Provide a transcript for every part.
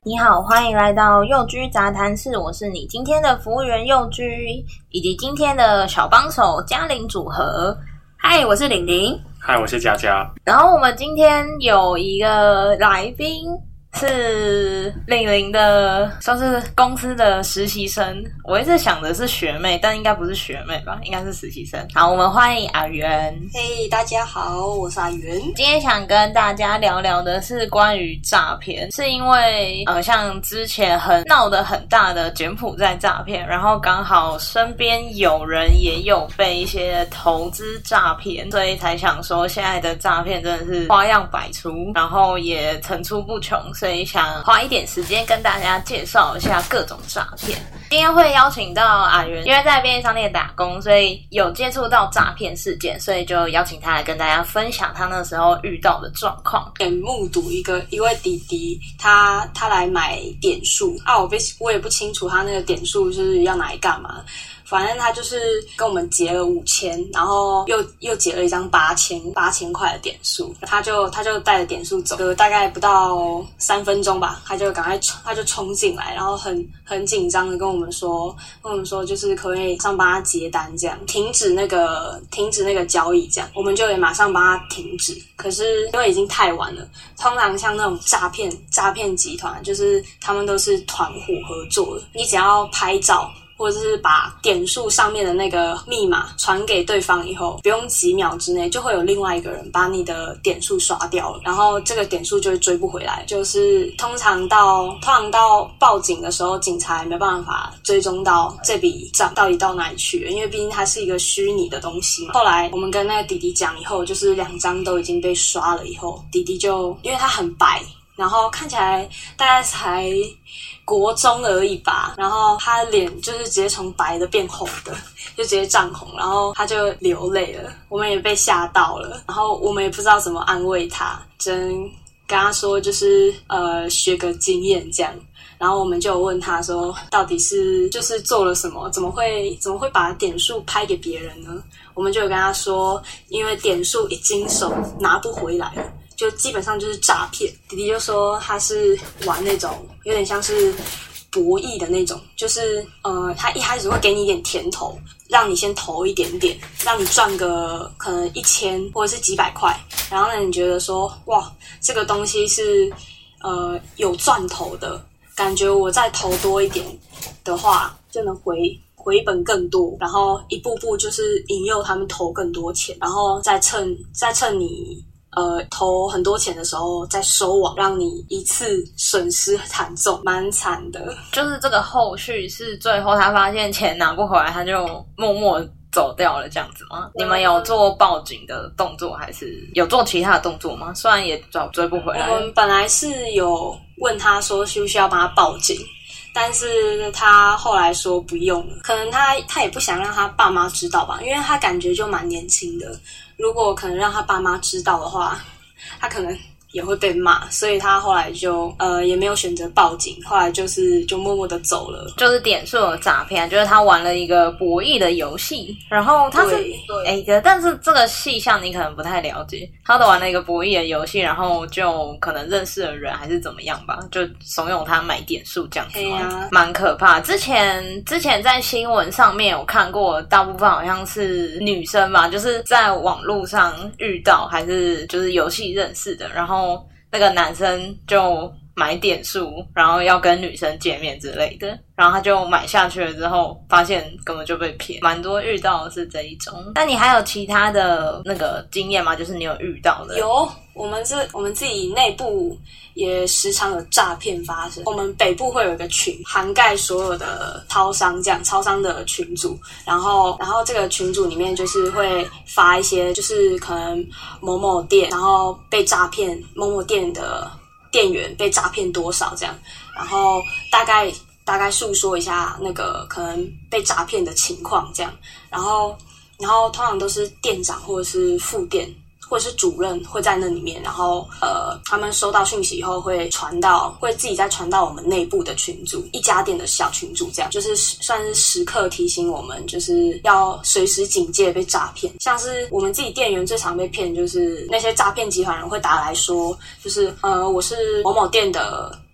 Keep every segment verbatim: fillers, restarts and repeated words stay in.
你好，欢迎来到幼居杂谈室，我是你今天的服务员幼居，以及今天的小帮手嘉玲组合。嗨，我是玲玲。 嗨，我是佳佳。 然后我们今天有一个来宾是玲玲的，算是公司的实习生。我一直想的是学妹，但应该不是学妹吧，应该是实习生。好，我们欢迎阿元。 嘿、hey, 大家好，我是阿元。 今天想跟大家聊聊的是关于诈骗，是因为呃，像之前很闹得很大的柬埔寨诈骗，然后刚好身边有人也有被一些投资诈骗，所以才想说现在的诈骗真的是花样百出，然后也层出不穷，所以想花一点时间跟大家介绍一下各种诈骗。今天会邀请到阿元，因为在便利商店打工，所以有接触到诈骗事件，所以就邀请他来跟大家分享他那时候遇到的状况。 目睹一个一位弟弟，他他来买点数啊，我不我也不清楚他那个点数是要拿来干嘛。反正他就是跟我们结了五千，然后又又结了一张八千八千块的点数，他就他就带着点数走，就大概不到三分钟吧，他就赶快他就冲进来，然后很很紧张的跟我们说，跟我们说就是可不可以马上帮他结单，这样停止那个停止那个交易，这样我们就也马上帮他停止。可是因为已经太晚了，通常像那种诈骗诈骗集团，就是他们都是团伙合作的，你只要拍照，或者是把点数上面的那个密码传给对方以后，不用几秒之内就会有另外一个人把你的点数刷掉了，然后这个点数就会追不回来。就是通常到通常到报警的时候，警察也没办法追踪到这笔账到底到哪里去了，因为毕竟它是一个虚拟的东西嘛。后来我们跟那个弟弟讲以后，就是两张都已经被刷了以后，弟弟就因为他很白，然后看起来大概才国中而已吧，然后他的脸就是直接从白的变红的，就直接涨红，然后他就流泪了，我们也被吓到了，然后我们也不知道怎么安慰他，只能跟他说就是呃学个经验这样。然后我们就有问他说到底是就是做了什么，怎么会怎么会把点数拍给别人呢？我们就有跟他说，因为点数一经手拿不回来了，就基本上就是诈骗。弟弟就说他是玩那种有点像是博弈的那种，就是呃，他一开始会给你一点甜头，让你先投一点点，让你赚个可能一千或者是几百块，然后呢，你觉得说哇，这个东西是呃有赚头的，感觉我再投多一点的话，就能回。回本更多，然后一步步就是引诱他们投更多钱，然后再趁再趁你呃投很多钱的时候再收网，让你一次损失惨重，蛮惨的。 就是这个后续是最后他发现钱拿不回来，他就默默走掉了这样子吗？你们有做报警的动作，还是有做其他的动作吗？虽然也找追不回来。 我们本来是有问他说需不需要帮他报警，但是他后来说不用了，可能他他也不想让他爸妈知道吧，因为他感觉就蛮年轻的，如果可能让他爸妈知道的话，他可能也会被骂，所以他后来就呃也没有选择报警，后来就是就默默的走了。 就是点数的诈骗，就是他玩了一个博弈的游戏，然后他是哎，但是这个细项你可能不太了解，他的玩了一个博弈的游戏，然后就可能认识了人还是怎么样吧，就怂恿他买点数这样子嘛，蛮、啊、可怕。之前之前在新闻上面有看过，大部分好像是女生吧，就是在网络上遇到，还是就是游戏认识的，然后那个男生就买点数，然后要跟女生见面之类的，然后他就买下去了之后，发现根本就被骗，蛮多遇到的是这一种。那你还有其他的那个经验吗？就是你有遇到的？ 有，我们这我们自己内部也时常有诈骗发生。我们北部会有一个群，涵盖所有的超商，这样超商的群组，然后然后这个群组里面就是会发一些，就是可能某某店，然后被诈骗，某某店的店员被诈骗多少这样，然后大概大概述说一下那个可能被诈骗的情况这样，然后然后通常都是店长或者是副店或者是主任会在那里面，然后呃，他们收到讯息以后会传到，会自己再传到我们内部的群组，一家店的小群组，这样就是算是时刻提醒我们，就是要随时警戒被诈骗。像是我们自己店员最常被骗，就是那些诈骗集团人会打来说，就是呃，我是某某店的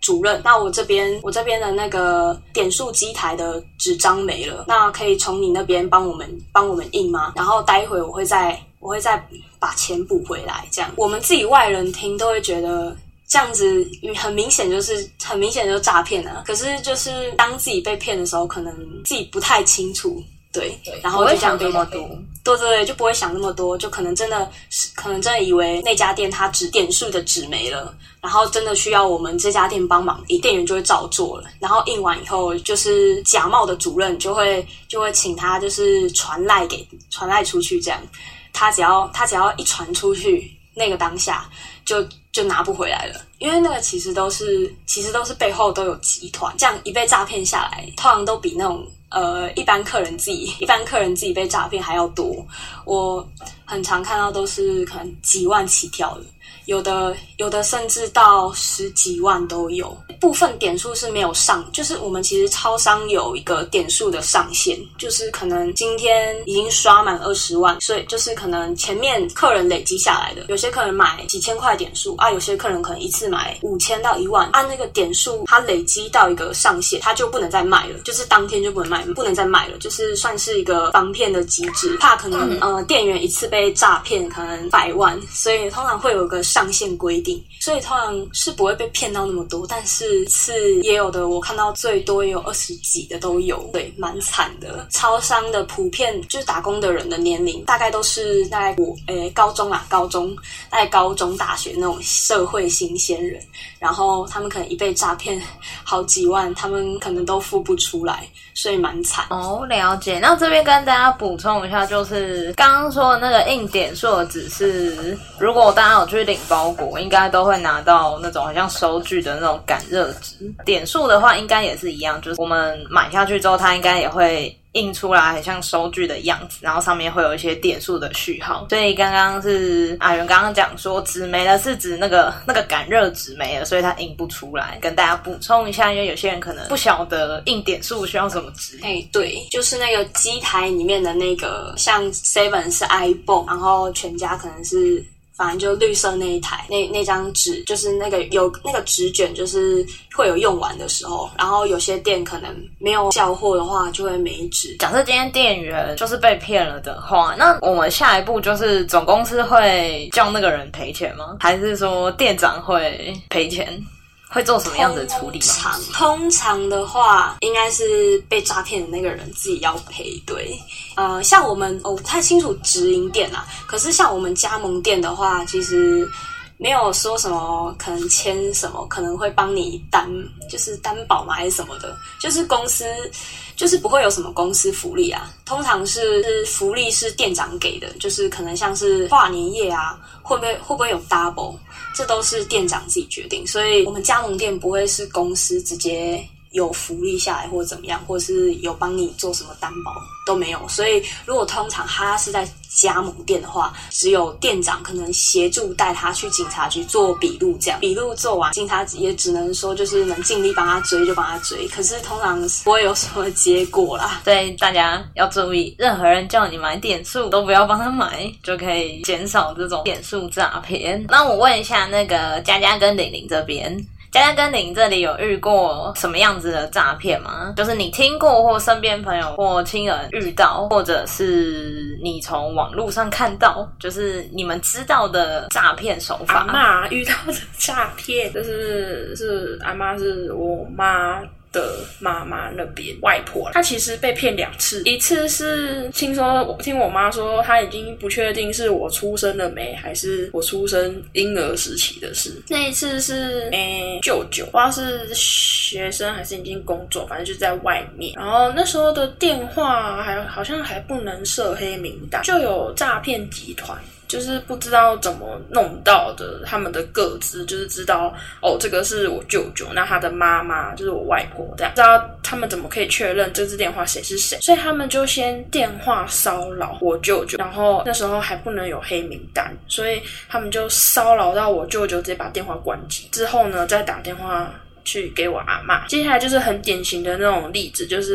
主任，那我这边我这边的那个点数机台的纸张没了，那可以从你那边帮我们帮我们印吗？然后待会我会再我会再把钱补回来，这样我们自己外人听都会觉得这样子很明显就是很明显就是诈骗啊。可是就是当自己被骗的时候，可能自己不太清楚。对，然后就这样被那么多， 对对对，就不会想那么多，就可能真的是，可能真的以为那家店它纸点数的纸没了，然后真的需要我们这家店帮忙印，店员就会照做了，然后印完以后，就是假冒的主任就会就会请他就是传赖给传赖出去，这样他只要他只要一传出去，那个当下就就拿不回来了，因为那个其实都是其实都是背后都有集团，这样一被诈骗下来，通常都比那种。呃，一般客人自己，一般客人自己被诈骗还要多。我很常看到都是可能几万起跳的，有的有的甚至到十几万都有。部分点数是没有上，就是我们其实超商有一个点数的上限，就是可能今天已经刷满二十万，所以就是可能前面客人累积下来的，有些客人买几千块点数啊，有些客人可能一次买五千到一万，按那个点数它累积到一个上限，它就不能再卖了，就是当天就不能卖，不能再卖了，就是算是一个防骗的机制，怕可能呃店员一次被诈骗可能百万，所以通常会有个上限规定，所以通常是不会被骗到那么多，但是次也有的我看到最多也有二十几的都有，对，蛮惨的。超商的普遍就是打工的人的年龄大概都是大概我诶高中啊，高中大概高中大学那种社会新鲜人，然后他们可能一被诈骗好几万，他们可能都付不出来，所以蛮惨。 哦，了解。那这边跟大家补充一下，就是刚刚说的那个印点数的指示，如果大家有去领包裹，应该都会拿到那种好像收据的那种感热纸。点数的话，应该也是一样，就是我们买下去之后，它应该也会印出来很像收据的样子，然后上面会有一些点数的序号。所以刚刚是阿元刚刚讲说纸没了是指那个那个感热纸没了，所以它印不出来。跟大家补充一下，因为有些人可能不晓得印点数需要什么纸。 哎，对，就是那个机台里面的那个，像 Seven 是 iPhone， 然后全家可能是。反正就绿色那一台，那那张纸就是那个有那个纸卷，就是会有用完的时候，然后有些店可能没有叫货的话，就会没纸。 假设今天店员就是被骗了的话，那我们下一步就是总公司会叫那个人赔钱吗？还是说店长会赔钱？会做什么样子的处理吗？ 通常通常的话，应该是被诈骗的那个人自己要赔。对，呃，像我们我、哦、不太清楚直营店啦，可是像我们加盟店的话，其实没有说什么可能签什么，可能会帮你担，就是担保嘛还是什么的，就是公司就是不会有什么公司福利啊，通常是福利是店长给的，就是可能像是跨年夜啊，会不会会不会有 double， 这都是店长自己决定，所以我们加盟店不会是公司直接有福利下来或者怎么样，或者是有帮你做什么担保都没有，所以如果通常他是在加盟店的话，只有店长可能协助带他去警察局做笔录，这样笔录做完，警察也只能说就是能尽力帮他追就帮他追，可是通常不会有什么结果啦。 所以大家要注意，任何人叫你买点数都不要帮他买，就可以减少这种点数诈骗。那我问一下那个佳佳跟玲玲这边，佳佳跟玲这里有遇过什么样子的诈骗吗？就是你听过或身边朋友或亲人遇到，或者是你从网络上看到，就是你们知道的诈骗手法。 阿嬷遇到的诈骗，就是是阿嬷是我妈的妈妈那边外婆，她其实被骗两次，一次是听说我听我妈说，她已经不确定是我出生了没，还是我出生婴儿时期的事。那一次是诶舅舅，不知道是学生还是已经工作，反正就在外面。然后那时候的电话还好像还不能设黑名单，就有诈骗集团。就是不知道怎么弄到的他们的个资，就是知道哦，这个是我舅舅，那他的妈妈就是我外婆，这样不知道他们怎么可以确认这支电话谁是谁，所以他们就先电话骚扰我舅舅，然后那时候还不能有黑名单，所以他们就骚扰到我舅舅直接把电话关机，之后呢再打电话去给我阿嬷。接下来就是很典型的那种例子，就是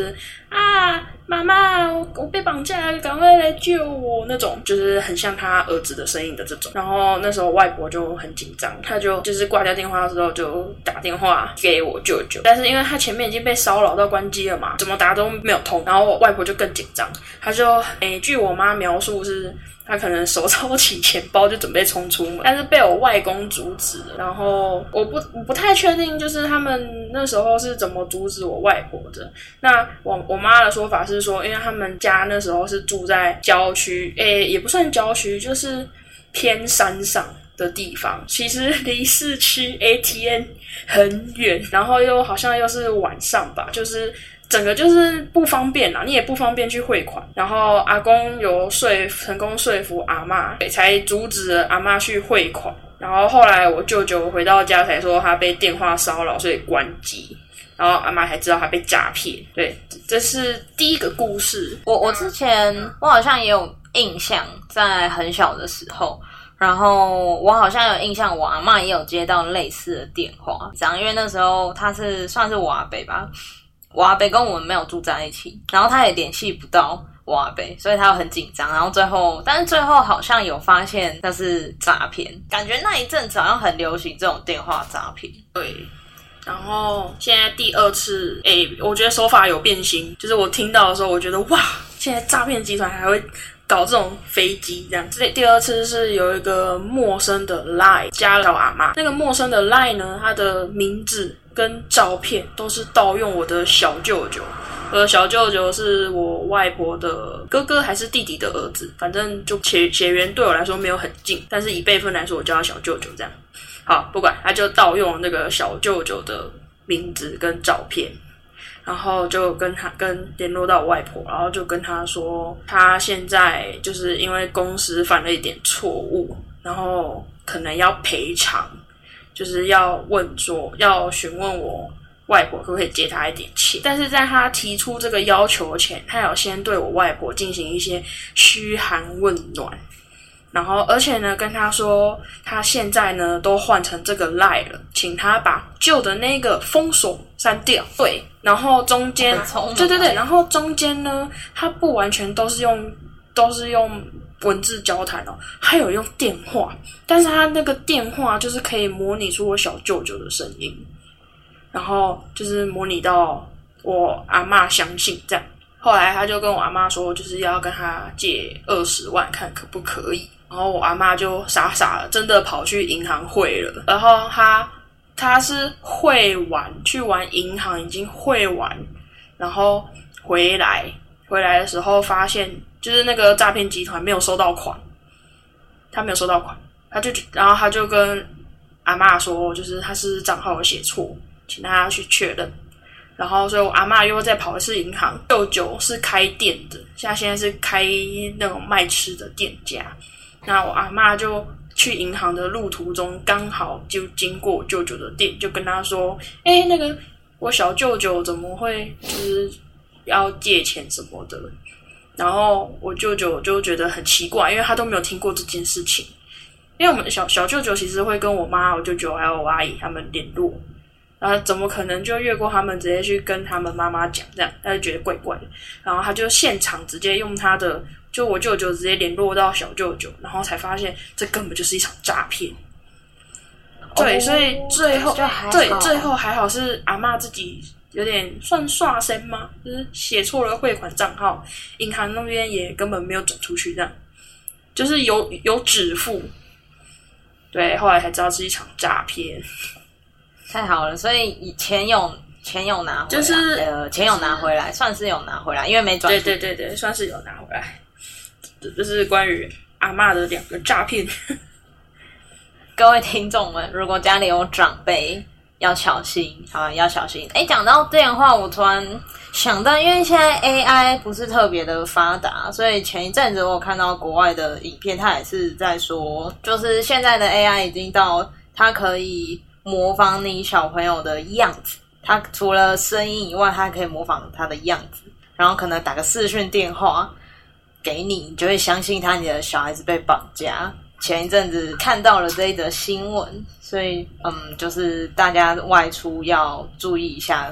啊妈妈，我我被绑架了，赶快来救我那种，就是很像他儿子的声音的这种。然后那时候外婆就很紧张，他就就是挂掉电话之后就打电话给我舅舅，但是因为他前面已经被骚扰到关机了嘛，怎么打都没有通，然后我外婆就更紧张，他就诶，据我妈描述是他可能手抄起钱包就准备冲出门，但是被我外公阻止了。然后我不我不太确定，就是他们那时候是怎么阻止我外婆的。那我我妈的说法是说，因为他们家那时候是住在郊区，诶，也不算郊区，就是偏山上的地方，其实离市区 A T M 很远，然后又好像又是晚上吧，就是整个就是不方便啦，你也不方便去汇款。然后阿公有说成功说服阿嬷，才阻止了阿嬷去汇款。然后后来我舅舅回到家才说他被电话骚扰，所以关机。然后阿嬷才知道他被诈骗。对，这是第一个故事。 我我之前我好像也有印象，在很小的时候。然后我好像有印象，我阿嬷也有接到类似的电话，这样，因为那时候他是算是我阿伯吧。我阿伯跟我们没有住在一起，然后他也联系不到我阿伯，所以他又很紧张。然后最后，但是最后好像有发现那是诈骗，感觉那一阵子好像很流行这种电话诈骗。 对，然后现在第二次，诶，我觉得手法有变形，就是我听到的时候，我觉得哇，现在诈骗集团还会搞这种飞机这样。这第二次是有一个陌生的 line 加了阿嬷，那个陌生的 line 呢，它的名字跟照片都是盗用我的小舅舅。我的小舅舅是我外婆的哥哥还是弟弟的儿子，反正就血血缘对我来说没有很近，但是以辈分来说，我叫他小舅舅这样。好，不管，他就盗用那个小舅舅的名字跟照片，然后就跟他跟联络到我外婆，然后就跟他说，他现在就是因为公司犯了一点错误，然后可能要赔偿，就是要问说，要询问我外婆可不可以借他一点钱。但是在他提出这个要求前，他有先对我外婆进行一些嘘寒问暖，然后而且呢跟他说他现在呢都换成这个 line 了，请他把旧的那个封锁删掉。对，然后中间对对对，然后中间呢他不完全都是用都是用文字交谈哦，还有用电话，但是他那个电话就是可以模拟出我小舅舅的声音，然后就是模拟到我阿嬷相信这样。后来他就跟我阿嬷说，就是要跟他借二十万，看可不可以。然后我阿嬷就傻傻的，真的跑去银行汇了。然后他他是汇完去完银行已经汇完，然后回来回来的时候发现，就是那个诈骗集团没有收到款，他没有收到款，他就然后他就跟阿嬷说，就是他是账号有写错，请大家去确认。然后所以我阿嬷又再跑一次银行。舅舅是开店的，现在现在是开那种卖吃的店家。那我阿嬷就去银行的路途中，刚好就经过我舅舅的店，就跟他说：“哎，那个我小舅舅怎么会就是要借钱什么的？”然后我舅舅就觉得很奇怪，因为他都没有听过这件事情。因为我们的小小舅舅其实会跟我妈、我舅舅还有我阿姨他们联络。然后怎么可能就越过他们直接去跟他们妈妈讲这样，他就觉得怪怪的。然后他就现场直接用他的，就我舅舅直接联络到小舅舅，然后才发现这根本就是一场诈骗。对，所以最后对最后还好是阿嬷自己有点算刷身吗？就是写错了汇款账号，银行那边也根本没有转出去，这样就是有有止付。对，后来才知道是一场诈骗。 太好了，所以钱有钱有拿回来， 就是呃钱有拿回来，算是有拿回来，因为没转。 对对对对，算是有拿回来。这就是关于阿嬷的两个诈骗。 各位听众们，如果家里有长辈，要小心啊，要小心。哎，讲到电话，我突然想到，因为现在 A I 不是特别的发达，所以前一阵子我有看到国外的影片，它也是在说，就是现在的 A I 已经到它可以模仿你小朋友的样子，他除了声音以外，他还可以模仿他的样子，然后可能打个视讯电话给你，你就会相信他你的小孩子被绑架。前一阵子看到了这一则新闻，所以嗯，就是大家外出要注意一下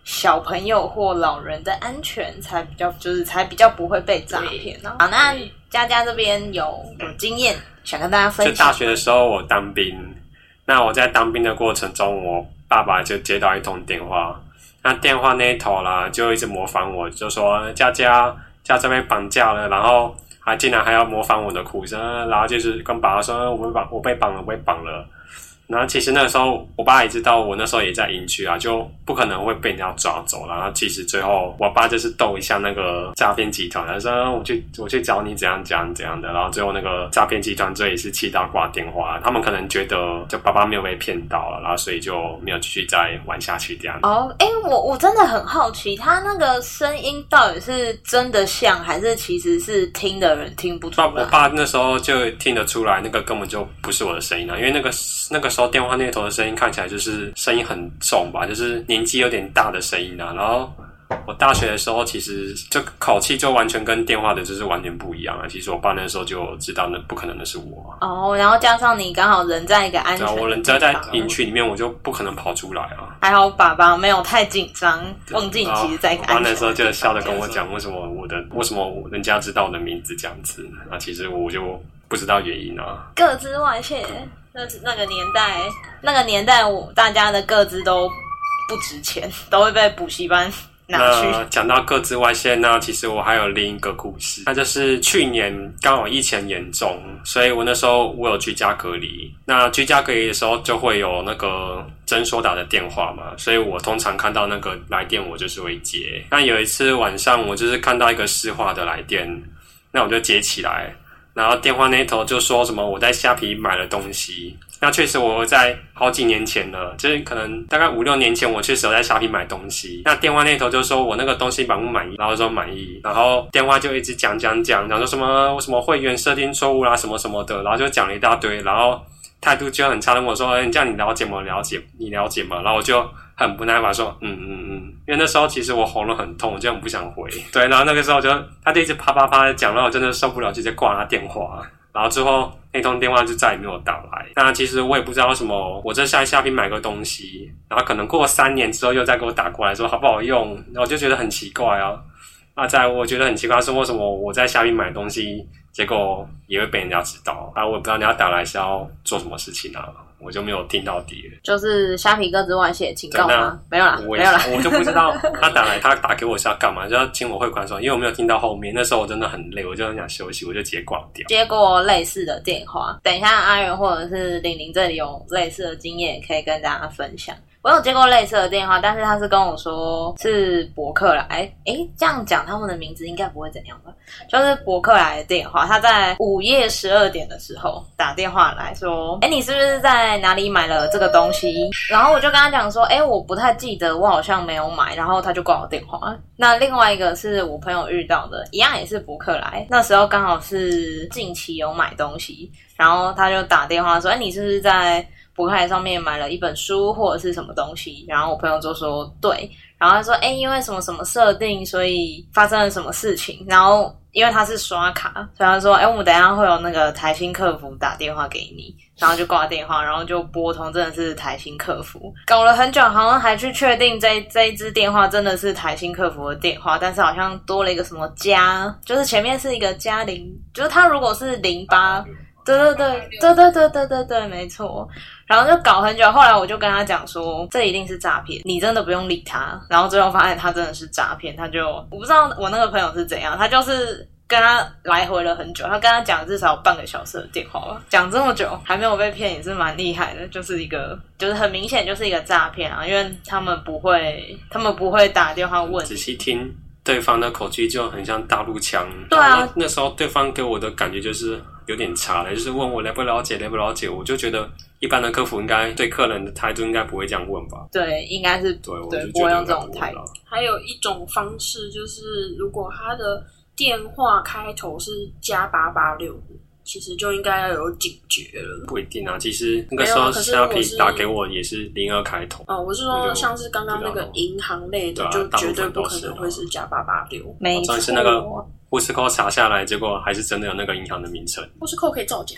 小朋友或老人的安全才比较，就是才比较不会被诈骗啊。好，那佳佳这边有有经验想跟大家分享。 就大学的时候我当兵，那我在当兵的过程中，我爸爸就接到一通电话，那电话那一头啦就一直模仿我，就说佳佳佳佳被绑架了，然后还竟然还要模仿我的哭声，然后就是跟爸爸说我被绑我被绑了我被绑了。然后其实那个时候我爸也知道我那时候也在营区啊，就不可能会被人家抓走。然后其实最后我爸就是逗一下那个诈骗集团，他说我去我去找你怎样怎样怎样的。然后最后那个诈骗集团这也是气到挂电话，他们可能觉得就爸爸没有被骗到了，然后所以就没有继续再玩下去这样。 哦，哎，我我真的很好奇，他那个声音到底是真的像，还是其实是听的人听不出来？ 我爸那时候就听得出来，那个根本就不是我的声音啊，因为那个那个时候电话那头的声音看起来就是声音很重吧，就是年纪有点大的声音啊。然后我大学的时候其实这口气就完全跟电话的就是完全不一样啊。其实我爸那时候就知道那不可能的是我啊。 哦，然后加上你刚好人在一个安全的地方， 我人在在营区里面，我就不可能跑出来啊。 还好爸爸没有太紧张，忘记你其实在一个安全的地方。 我爸那时候就笑着跟我讲，为什么我的为什么人家知道我的名字这样子啊？其实我就不知道原因啊。 个资外泄。那是那个年代，那个年代我大家的个资都不值钱，都会被补习班拿去。 那讲到个资外泄，那其实我还有另一个故事，那就是去年刚好疫情严重，所以我那时候我有居家隔离。那居家隔离的时候就会有那个诊所打的电话嘛，所以我通常看到那个来电我就是会接。那有一次晚上我就是看到一个市话的来电，那我就接起来。然后电话那头就说什么我在虾皮买了东西，那确实我在好几年前了，就是可能大概五六年前我确实有在虾皮买东西。那电话那头就说我那个东西满不满意，然后说满意，然后电话就一直讲讲讲讲说什么什么会员设定错误啦什么什么的，然后就讲了一大堆，然后态度就很差的跟我说，哎，这样你了解吗？了解，你了解吗？然后我就很不耐烦说，嗯嗯嗯，因为那时候其实我喉咙很痛，我就很不想回。对，然后那个时候就他就一直啪啪啪的讲，然后我真的受不了，就直接挂他电话。然后之后那通电话就再也没有打来。那其实我也不知道为什么，我在下虾皮买个东西，然后可能过了三年之后又再给我打过来说好不好用，然后我就觉得很奇怪啊。那再我觉得很奇怪是为什么我在虾皮买东西，结果也会被人家知道啊？我也不知道人家打来是要做什么事情啊。我就没有听到底了， 就是虾皮个资外泄，请告吗？没有啦，没有啦， 我就不知道他打来，他打给我是要干嘛？就要请我汇款说，因为我没有听到后面，那时候我真的很累，我就很想休息，我就直接挂掉。 接过类似的电话，等一下阿元或者是玲玲这里有类似的经验，可以跟大家分享。我有接过类似的电话，但是他是跟我说是博客来，诶，这样讲他们的名字应该不会怎样吧？就是博客来的电话，他在午夜十二点的时候打电话来说，诶，你是不是在哪里买了这个东西？然后我就跟他讲说，诶，我不太记得，我好像没有买，然后他就挂我电话。那另外一个是我朋友遇到的，一样也是博客来，那时候刚好是近期有买东西，然后他就打电话说，诶，你是不是在博客来上面买了一本书或者是什么东西？然后我朋友就说对，然后他说诶，因为什么什么设定，所以发生了什么事情，然后因为他是刷卡，所以他说诶，我们等一下会有那个台新客服打电话给你，然后就挂电话，然后就拨通真的是台新客服，搞了很久，好像还去确定这这一支电话真的是台新客服的电话，但是好像多了一个什么加，就是前面是一个加零，就是他如果是零八，对对对对对对对对对，没错。然后就搞很久，后来我就跟他讲说，这一定是诈骗，你真的不用理他。然后最后发现他真的是诈骗，他就我不知道我那个朋友是怎样，他就是跟他来回了很久，他跟他讲至少半个小时的电话吧，讲这么久还没有被骗，也是蛮厉害的。就是一个，就是很明显就是一个诈骗啊，因为他们不会，他们不会打电话问。 仔细听对方的口气就很像大陆腔。 对啊， 那, 那时候对方给我的感觉就是有点差了，就是问我了不了解，了不了解，我就觉得一般的客服应该对客人的态度应该不会这样问吧？ 对，应该是对，我对就不会用这种态度。 还有一种方式就是，如果他的电话开头是加八八六，其实就应该要有警觉了。 不一定啊，其实那个时候虾皮打给我也是零二开头。 哦，我是说像是刚刚那个银行类的，就绝对不可能会是加八八六。 没错， 是那个。Who's Call 查下来，结果还是真的有那个银行的名称。 Who's Call 可以造假。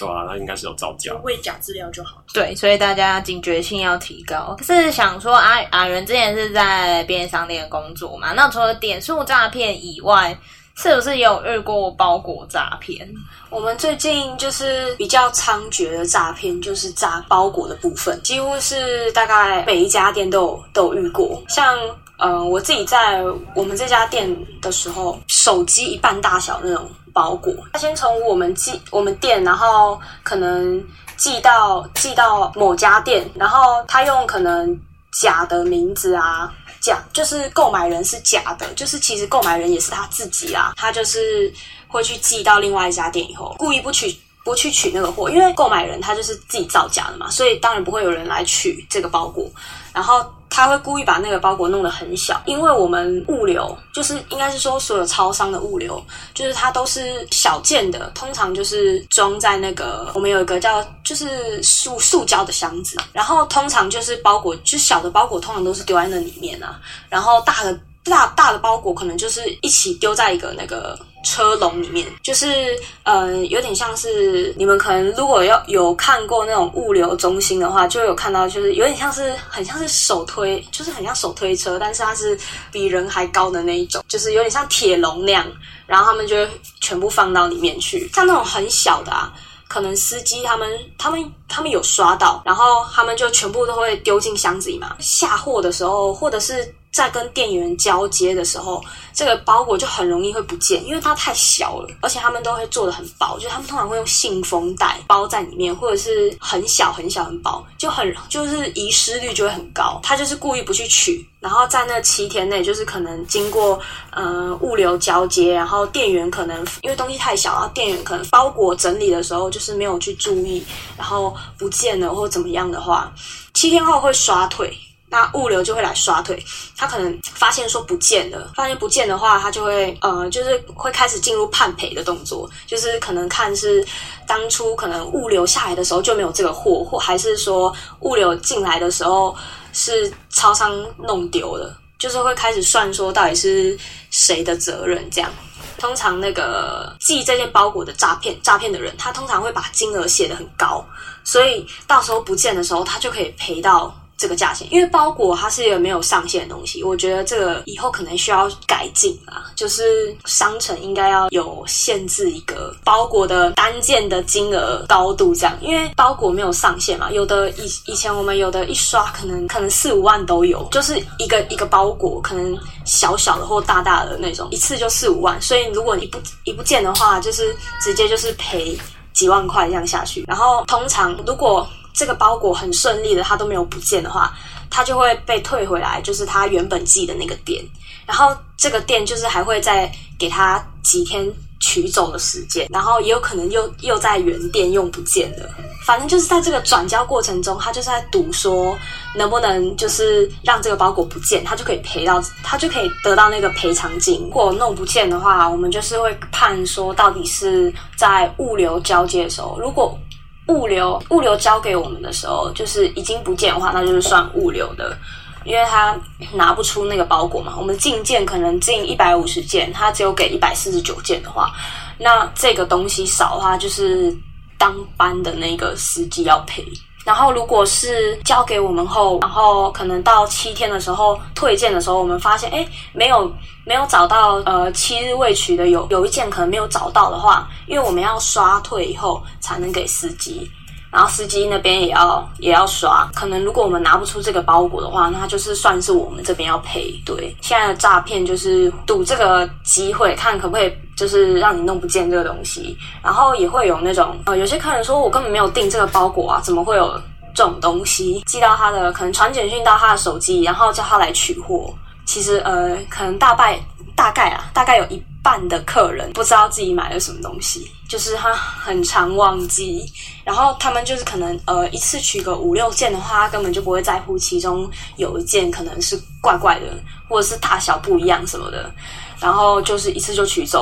对啊，那应该是有造假， 喂假资料就好。 对，所以大家警觉性要提高。可是想说阿阿元之前是在便利商店工作嘛，那除了点数诈骗以外，是不是也有遇过包裹诈骗？ 我们最近就是比较猖獗的诈骗，就是诈包裹的部分，几乎是大概每一家店都有都有遇过。像呃，我自己在我们这家店的时候，手机一半大小那种包裹，他先从我们寄我们店，然后可能寄到寄到某家店，然后他用可能假的名字啊。假就是购买人是假的，就是其实购买人也是他自己啦，他就是会去寄到另外一家店以后，故意不取不去取那个货，因为购买人他就是自己造假的嘛，所以当然不会有人来取这个包裹，然后他会故意把那个包裹弄得很小，因为我们物流就是应该是说所有超商的物流，就是它都是小件的，通常就是装在那个我们有一个叫就是塑塑胶的箱子，然后通常就是包裹就小的包裹通常都是丢在那里面啊，然后大的大大的包裹可能就是一起丢在一个那个车笼里面，就是呃有点像是你们可能如果要有看过那种物流中心的话，就有看到就是有点像是很像是手推，就是很像手推车，但是它是比人还高的那一种，就是有点像铁笼那样，然后他们就会全部放到里面去。像那种很小的啊，可能司机他们他们他们有刷到，然后他们就全部都会丢进箱子里嘛。下货的时候，或者是在跟店员交接的时候，这个包裹就很容易会不见，因为它太小了，而且他们都会做得很薄，就是他们通常会用信封袋包在里面，或者是很小很小很薄，就很就是遗失率就会很高。他就是故意不去取，然后在那七天内，就是可能经过呃物流交接，然后店员可能因为东西太小，然后店员可能包裹整理的时候就是没有去注意，然后不见了或怎么样的话，七天后会刷退。那物流就会来刷退，他可能发现说不见了，发现不见的话，他就会呃，就是会开始进入判赔的动作，就是可能看是当初可能物流下来的时候就没有这个货，或还是说物流进来的时候是超商弄丢了，就是会开始算说到底是谁的责任这样。通常那个寄这件包裹的诈骗诈骗的人，他通常会把金额写得很高，所以到时候不见的时候，他就可以赔到这个价钱。因为包裹它是一个没有上限的东西，我觉得这个以后可能需要改进啦，就是商城应该要有限制一个包裹的单件的金额高度这样，因为包裹没有上限嘛，有的以以前我们有的一刷可能可能四五万都有，就是一个一个包裹可能小小的或大大的那种，一次就四五万，所以如果你不一不见的话，就是直接就是赔几万块这样下去。然后通常如果这个包裹很顺利的，它都没有不见的话，它就会被退回来，就是它原本寄的那个店，然后这个店就是还会再给它几天取走的时间，然后也有可能又又在原店用不见了。反正就是在这个转交过程中，他就是在赌说能不能就是让这个包裹不见，他就可以赔到，他就可以得到那个赔偿金。如果弄不见的话，我们就是会判说到底是在物流交接的时候，如果物流物流交给我们的时候就是已经不见的话，那就是算物流的，因为他拿不出那个包裹嘛。我们进件可能进一百五十件，他只有给一百四十九件的话，那这个东西少的话，就是当班的那个司机要赔。然后如果是交给我们后，然后可能到七天的时候退件的时候，我们发现诶没有没有找到呃七日未取的，有有一件可能没有找到的话，因为我们要刷退以后才能给司机，然后司机那边也要也要刷，可能如果我们拿不出这个包裹的话，那就是算是我们这边要赔。对，现在的诈骗就是赌这个机会，看可不可以就是让你弄不见这个东西。然后也会有那种呃，有些客人说我根本没有订这个包裹啊，怎么会有这种东西寄到他的，可能传简讯到他的手机，然后叫他来取货。其实呃，可能大概大概啊，大概有一半的客人不知道自己买了什么东西，就是他很常忘记，然后他们就是可能呃一次取个五六件的话，他根本就不会在乎其中有一件可能是怪怪的，或者是大小不一样什么的，然后就是一次就取走了。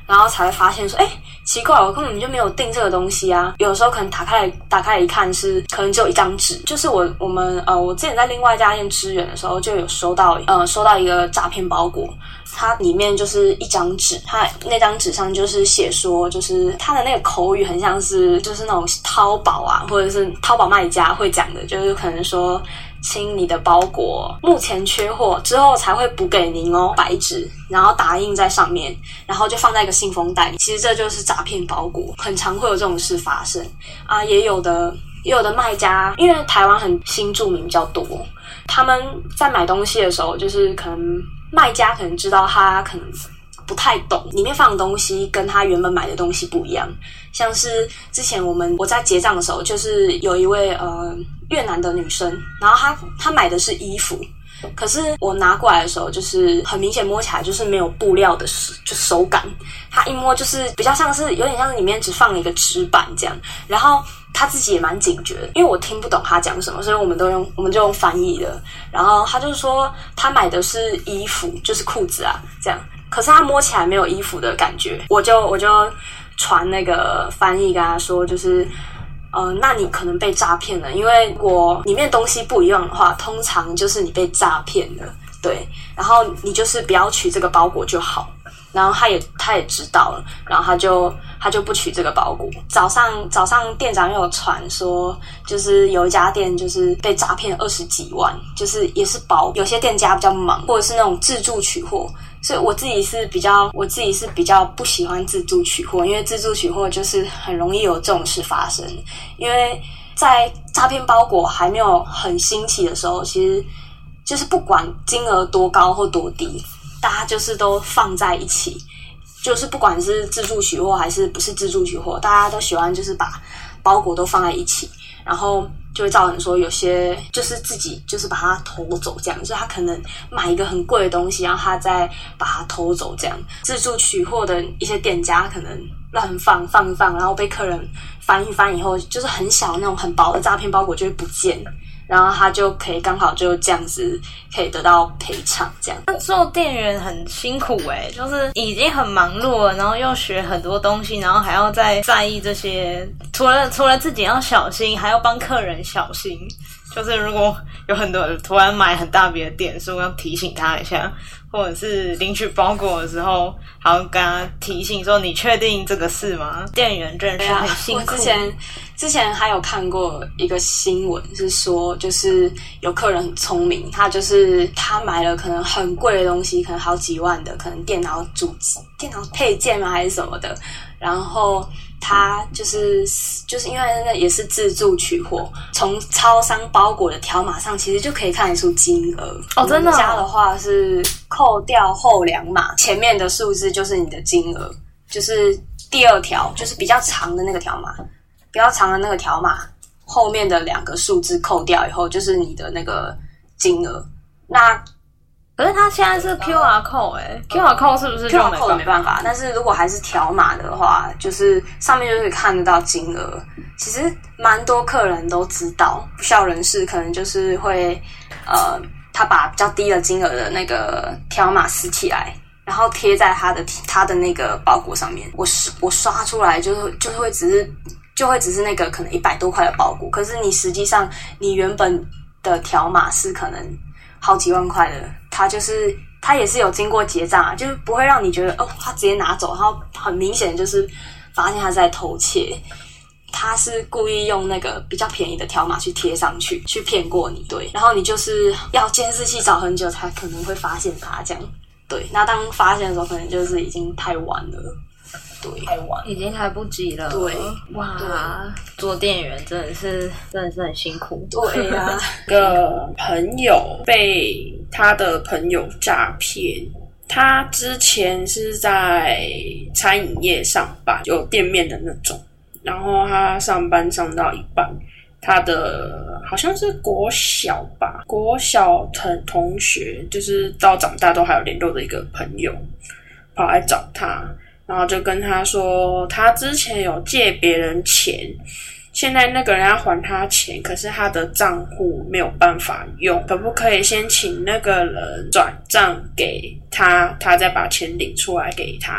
然后才会发现说，哎，奇怪，我根本就没有订这个东西啊。有时候可能打开来打开来一看是可能只有一张纸，就是我我们呃我之前在另外一家店支援的时候就有收到呃收到一个诈骗包裹。它里面就是一张纸，它那张纸上就是写说，就是它的那个口语很像是就是那种淘宝啊，或者是淘宝卖家会讲的，就是可能说，请你的包裹目前缺货，之后才会补给您哦，白纸，然后打印在上面，然后就放在一个信封袋里。其实这就是诈骗包裹，很常会有这种事发生啊，也有的也有的卖家，因为台湾很新住民比较多，他们在买东西的时候，就是可能。卖家可能知道他可能不太懂，里面放的东西跟他原本买的东西不一样。像是之前我们我在结账的时候，就是有一位呃越南的女生，然后她她买的是衣服，可是我拿过来的时候，就是很明显摸起来就是没有布料的就手感，她一摸就是比较像是有点像是里面只放了一个纸板这样，然后。他自己也蛮警觉的，因为我听不懂他讲什么，所以我们都用我们就用翻译的。然后他就说他买的是衣服，就是裤子啊，这样。可是他摸起来没有衣服的感觉，我就我就传那个翻译跟他说，就是呃，那你可能被诈骗了，因为如果里面东西不一样的话，通常就是你被诈骗了，对。然后你就是不要取这个包裹就好。然后他也他也知道了，然后他就他就不取这个包裹。早上早上店长又有传说，就是有一家店就是被诈骗二十几万，就是也是包。有些店家比较忙，或者是那种自助取货，所以我自己是比较我自己是比较不喜欢自助取货，因为自助取货就是很容易有这种事发生。因为在诈骗包裹还没有很兴起的时候，其实就是不管金额多高或多低。大家就是都放在一起，就是不管是自助取货还是不是自助取货，大家都喜欢就是把包裹都放在一起，然后就会造成说有些就是自己就是把它偷走这样，就是他可能买一个很贵的东西，然后他再把它偷走这样。自助取货的一些店家可能乱放放一放，然后被客人翻一翻以后，就是很小那种很薄的诈骗包裹就会不见。然后他就可以刚好就这样子可以得到赔偿，这样。 做店员很辛苦诶、欸，就是已经很忙碌了，然后又学很多东西，然后还要再在意这些，除了除了自己要小心，还要帮客人小心。就是如果有很多人突然买很大笔的点数，要提醒他一下，或者是领取包裹的时候，还要跟他提醒说：“你确定这个是吗？”店员真的是很辛苦。 我之前之前还有看过一个新闻，是说就是有客人很聪明，他就是他买了可能很贵的东西，可能好几万的，可能电脑主电脑配件吗还是什么的，然后。他就是就是因为那也是自助取货，从超商包裹的条码上其实就可以看得出金额。 哦，真的、哦。 我们家的话是扣掉后两码，前面的数字就是你的金额，就是第二条就是比较长的那个条码，比较长的那个条码后面的两个数字扣掉以后，就是你的那个金额。那可是它现在是 Q R code 哎、欸、，Q R code 是不是就 Q R code 没办法？但是如果还是条码的话，就是上面就可以看得到金额。其实蛮多客人都知道，不肖人士可能就是会呃，他把比较低的金额的那个条码撕起来，然后贴在他的他的那个包裹上面。我我刷出来就是就是会只是就会只是那个可能一百多块的包裹，可是你实际上你原本的条码是可能好几万块的。他就是他也是有经过结账啊，就是不会让你觉得哦，他直接拿走，然后很明显就是发现他在偷窃，他是故意用那个比较便宜的条码去贴上去，去骗过你，对，然后你就是要监视器找很久才可能会发现他这样，对，那当发现的时候，可能就是已经太晚了。对， 太晚， 已经来不及了。 对， 哇，做店员真的是真的是很辛苦。 对啊， 个朋友被他的朋友诈骗，他之前是在餐饮业上班，有店面的那种，然后他上班上到一半，他的好像是国小吧，国小同同学，就是到长大都还有联络的一个朋友，跑来找他。然后就跟他说，他之前有借别人钱，现在那个人要还他钱，可是他的账户没有办法用，可不可以先请那个人转账给他，他再把钱领出来给他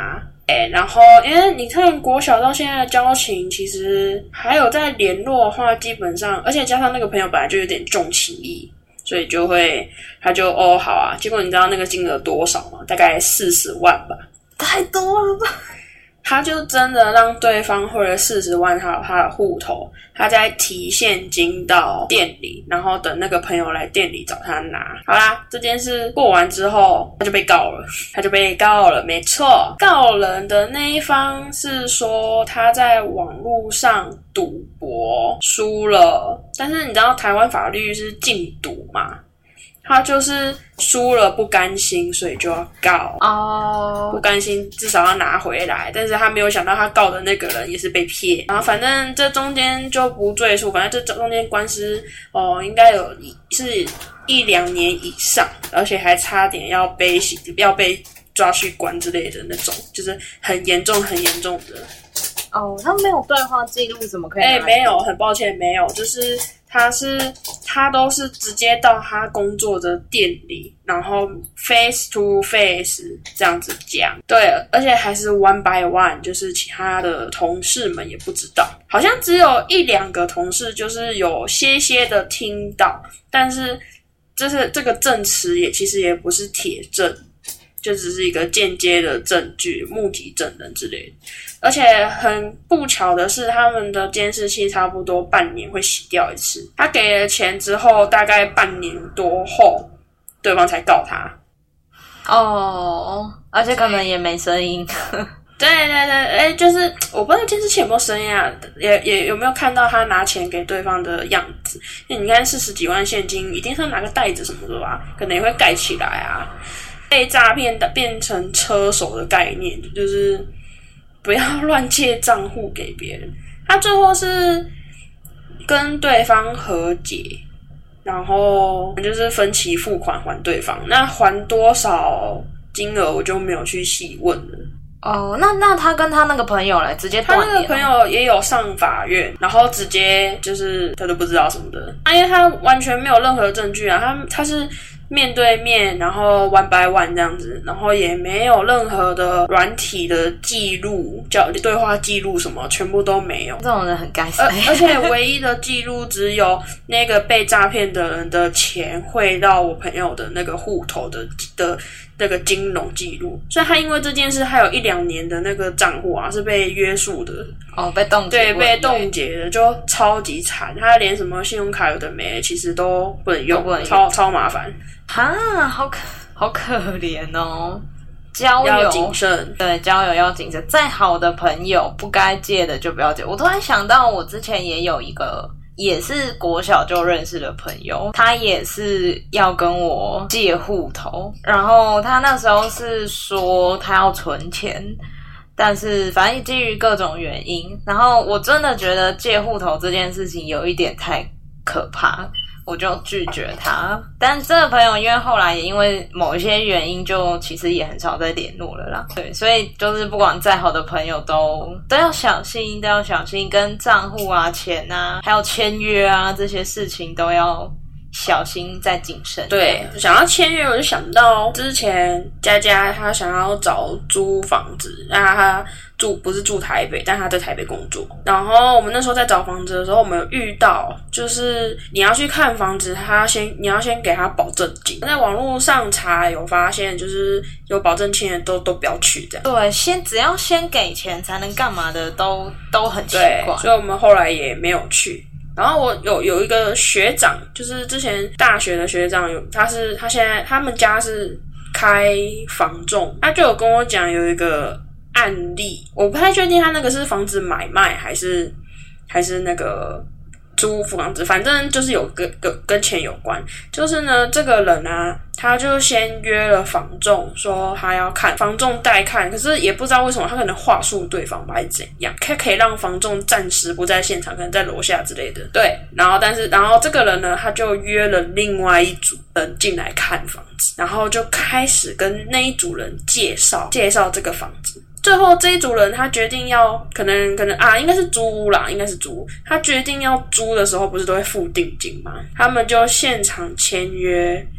哎，然后因为你看国小到现在的交情，其实还有在联络的话，基本上，而且加上那个朋友本来就有点重情义，所以就会他就哦好啊，结果你知道那个金额多少吗？大概四十万吧， 太多了吧？ 他就真的让对方汇了四十万他他的户头，他再提现金到店里，然后等那个朋友来店里找他拿。好啦，这件事过完之后，他就被告了，他就被告了，没错。告人的那一方是说他在网络上赌博输了，但是你知道台湾法律是禁赌嘛？他就是输了不甘心，所以就要告哦， oh. 不甘心至少要拿回来，但是他没有想到他告的那个人也是被骗，然后反正这中间就不赘述，反正这中间官司哦，应该有是一两年以上，而且还差点要被要被抓去关之类的那种，就是很严重很严重的。 哦，他没有对话记录，怎么可以？ 哎、欸，没有，很抱歉，没有，就是他是他都是直接到他工作的店里，然后 face to face 这样子讲，对，而且还是 one by one， 就是其他的同事们也不知道，好像只有一两个同事就是有些些的听到，但是这是这个证词也其实也不是铁证。就只是一个间接的证据，目击证人之类的。而且很不巧的是，他们的监视器差不多半年会洗掉一次。他给了钱之后，大概半年多后，对方才告他。 哦，而且可能也没声音。 对对对，哎，就是我不知道监视器有没有声音啊，也也有没有看到他拿钱给对方的样子。因为你看四十几万现金，一定是拿个袋子什么的吧，可能也会盖起来啊。被诈骗的变成车手的概念，就是不要乱借账户给别人。他最后是跟对方和解，然后就是分期付款还对方。那还多少金额我就没有去细问了。 哦，那那他跟他那个朋友来直接断联， 他那个朋友也有上法院，然后直接就是他都不知道什么的，啊，因为他完全没有任何证据啊，他他是面对面，然后 one by one 这样子，然后也没有任何的软体的记录，叫对话记录什么，全部都没有。 这种人很该死。 而而且唯一的记录只有那个被诈骗的人的钱汇到我朋友的那个户头的的那个金融记录，所以他因为这件事还有一两年的那个账户啊是被约束的。 哦，被冻结， 对，被冻结的就超级惨，他连什么信用卡有的没的其实都不能用， 不能用超超麻烦。 哈，好可好可怜哦。交友要谨慎， 对，交友要谨慎。再好的朋友，不该借的就不要借。我突然想到，我之前也有一个，也是国小就认识的朋友，他也是要跟我借户头，然后他那时候是说他要存钱，但是反正基于各种原因，然后我真的觉得借户头这件事情有一点太可怕。我就拒绝他，但这个朋友因为后来也因为某一些原因，就其实也很少再联络了啦。对，所以就是不管再好的朋友都都要小心，都要小心，跟账户啊、钱啊，还有签约啊这些事情都要小心再谨慎。 对，想要签约，我就想到之前佳佳她想要找租房子，那她住不是住台北，但她在台北工作。然后我们那时候在找房子的时候，我们有遇到，就是你要去看房子，他先你要先给他保证金。在网络上查有发现，就是有保证金的都都不要去这样。 对，先只要先给钱才能干嘛的，都都很奇怪。 所以我们后来也没有去。然后我有有一个学长，就是之前大学的学长，有他是他现在他们家是开房仲，他就有跟我讲有一个案例，我不太确定他那个是房子买卖还是还是那个租房子，反正就是有跟跟跟钱有关。就是呢，这个人啊，他就先约了房仲，说他要看房仲带看，可是也不知道为什么他可能话术对方吧，还是怎样，他可以让房仲暂时不在现场，可能在楼下之类的。对，然后但是然后这个人呢，他就约了另外一组人进来看房子，然后就开始跟那一组人介绍介绍这个房子。最后这一组人他决定要可能可能啊应该是租屋啦，应该是租。他决定要租的时候不是都会付定金吗？他们就现场签约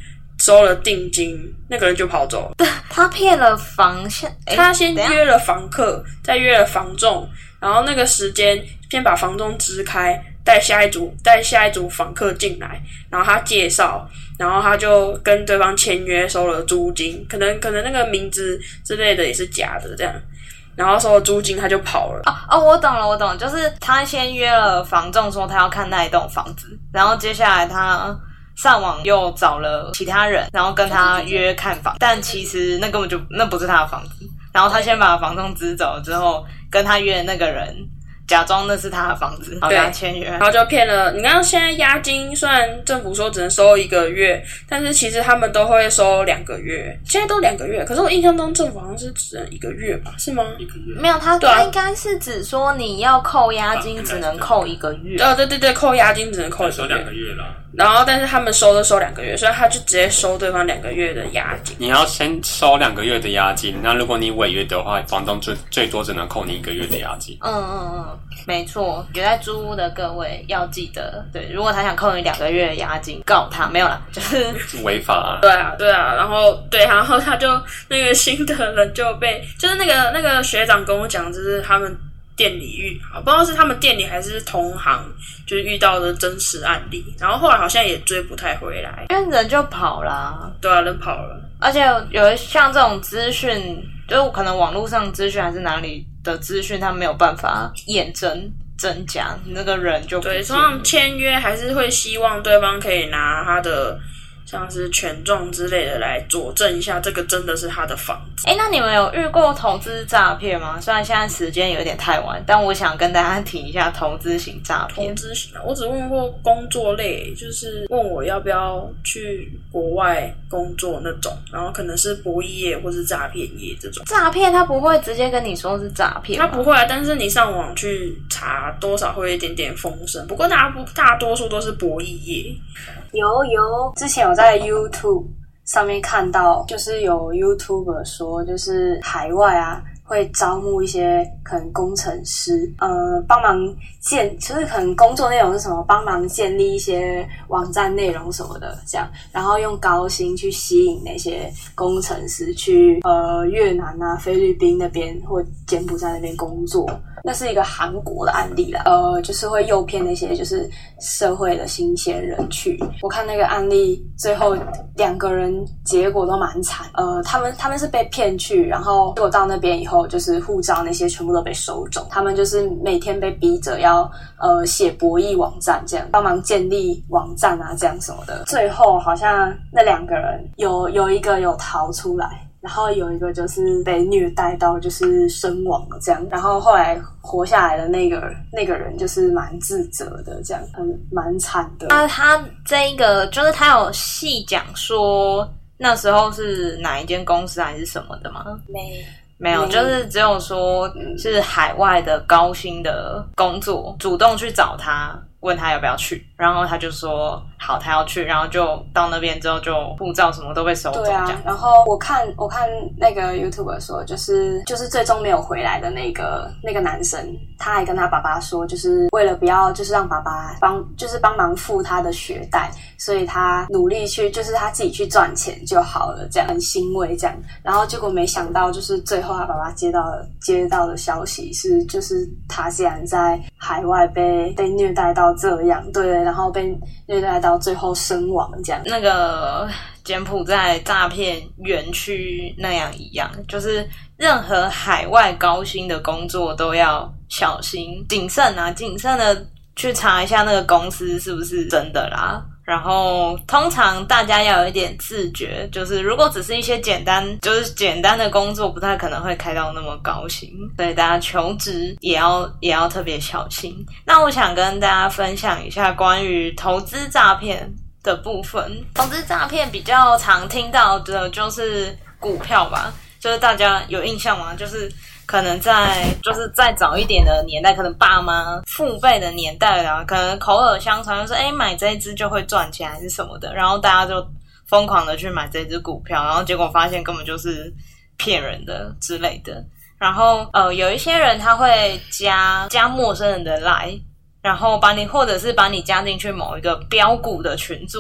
收了定金，那个人就跑走了。 他骗了房下， 他先约了房客，再约了房仲，然后那个时间先把房仲支开，带下一组带下一组房客进来，然后他介绍，然后他就跟对方签约收了租金，可能可能那个名字之类的也是假的这样。然后收了租金他就跑了。 哦哦，我懂了，我懂了，就是他先约了房仲说他要看那一栋房子，然后接下来他上网又找了其他人，然后跟他约看房，但其实那根本就那不是他的房子。然后他先把房仲支走了之后，跟他约的那个人假装那是他的房子，然后跟他签约， 然后就骗了。你看现在押金虽然政府说只能收一个月，但是其实他们都会收两个月，现在都两个月。可是我印象中政府好像是只能一个月吧？是吗？ 一个月没有，他、 啊、 他应该是只说你要扣押金只能扣一个月。 哦，对对对，扣押金只能扣一个月， 收两个月了。 然后，但是他们收都收两个月，所以他就直接收对方两个月的押金。 你要先收两个月的押金，那如果你违约的话，房东最最多只能扣你一个月的押金。 嗯嗯嗯，没错。有在租屋的各位要记得，对，如果他想扣你两个月的押金，告他没有啦，就是违法、啊。 对啊，对啊，然后对，然后他就那个新的人就被，就是那个那个学长跟我讲，就是他们店里遇，不知道是他们店里还是同行，就是遇到的真实案例。然后后来好像也追不太回来， 因为人就跑啦。 对啊，人跑了。 而且有像这种资讯，就是可能网络上资讯还是哪里的资讯，他没有办法验证真假，你那个人就不对。通常签约还是会希望对方可以拿他的像是权状之类的来佐证一下，这个真的是他的房子。 哎，那你们有遇过投资诈骗吗？虽然现在时间有点太晚，但我想跟大家提一下投资型诈骗。 投资型，我只问过工作类，就是问我要不要去国外工作那种，然后可能是博弈业或是诈骗业这种。 诈骗他不会直接跟你说是诈骗， 他不会啊，但是你上网去查，多少会有一点点风声。不过大不大多数都是博弈业。 有有，之前有在 YouTube 上面看到，就是有 YouTuber 说，就是海外啊会招募一些可能工程师，呃，帮忙建，就是可能工作内容是什么，帮忙建立一些网站内容什么的，这样，然后用高薪去吸引那些工程师去呃越南啊、菲律宾那边或柬埔寨那边工作。那是一个韩国的案例啦，呃，就是会诱骗那些就是社会的新鲜人去。我看那个案例，最后两个人结果都蛮惨，呃，他们他们是被骗去，然后结果到那边以后，就是护照那些全部都被收走，他们就是每天被逼着要呃写博弈网站，这样帮忙建立网站啊，这样什么的。最后好像那两个人有有一个有逃出来。然后有一个就是被虐待到就是身亡了这样，然后后来活下来的那个那个人就是蛮自责的，这样很蛮惨的。 那他这一个就是他有细讲说那时候是哪一间公司还是什么的吗？ 没没有，就是只有说是海外的高薪的工作，主动去找他。问他要不要去，然后他就说好，他要去，然后就到那边之后就护照什么都被收走。 对啊，然后我看我看那个 YouTuber 说，就是就是最终没有回来的那个那个男生，他还跟他爸爸说，就是为了不要就是让爸爸帮就是帮忙付他的学贷，所以他努力去就是他自己去赚钱就好了，这样很欣慰这样。然后结果没想到就是最后他爸爸接到了接到的消息是，就是他竟然在海外被被虐待到这样，对，然后被虐待到最后身亡这样。 那个柬埔寨诈骗园区那样一样，就是任何海外高薪的工作都要小心谨慎啊，谨慎的去查一下那个公司是不是真的啦。然后通常大家要有一点自觉，就是如果只是一些简单就是简单的工作，不太可能会开到那么高薪，所以大家求职也要也要特别小心。那我想跟大家分享一下关于投资诈骗的部分。投资诈骗比较常听到的就是股票吧，就是大家有印象吗？就是可能在就是再早一点的年代，可能爸妈父辈的年代啦，可能口耳相传，就是哎买这一支就会赚钱还是什么的，然后大家就疯狂的去买这支股票，然后结果发现根本就是骗人的之类的。然后呃有一些人他会加加陌生人的 LINE， 然后把你或者是把你加进去某一个标股的群组，